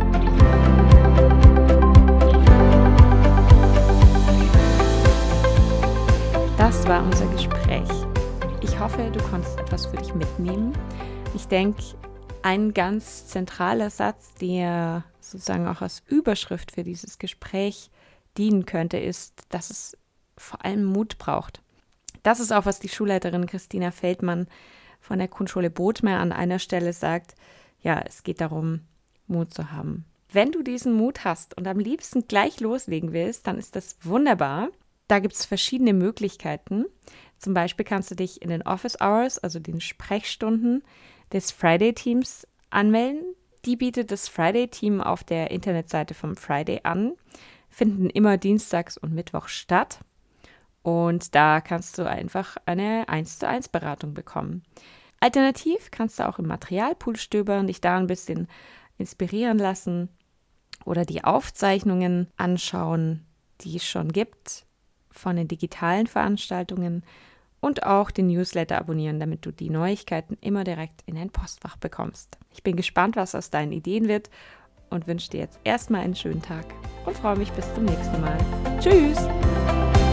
Das war unser Gespräch. Ich hoffe, du konntest etwas für dich mitnehmen. Ich denke, ein ganz zentraler Satz, der sozusagen auch als Überschrift für dieses Gespräch dienen könnte, ist, dass es vor allem Mut braucht. Das ist auch, was die Schulleiterin Christina Feldmann von der Grundschule Bothmer an einer Stelle sagt. Ja, es geht darum, Mut zu haben. Wenn du diesen Mut hast und am liebsten gleich loslegen willst, dann ist das wunderbar. Da gibt es verschiedene Möglichkeiten. Zum Beispiel kannst du dich in den Office Hours, also den Sprechstunden des Friday-Teams anmelden. Die bietet das Friday-Team auf der Internetseite vom Friday an, finden immer dienstags und mittwochs statt. Und da kannst du einfach eine eins zu eins Beratung bekommen. Alternativ kannst du auch im Materialpool stöbern, dich da ein bisschen inspirieren lassen oder die Aufzeichnungen anschauen, die es schon gibt von den digitalen Veranstaltungen und auch den Newsletter abonnieren, damit du die Neuigkeiten immer direkt in dein Postfach bekommst. Ich bin gespannt, was aus deinen Ideen wird und wünsche dir jetzt erstmal einen schönen Tag und freue mich bis zum nächsten Mal. Tschüss!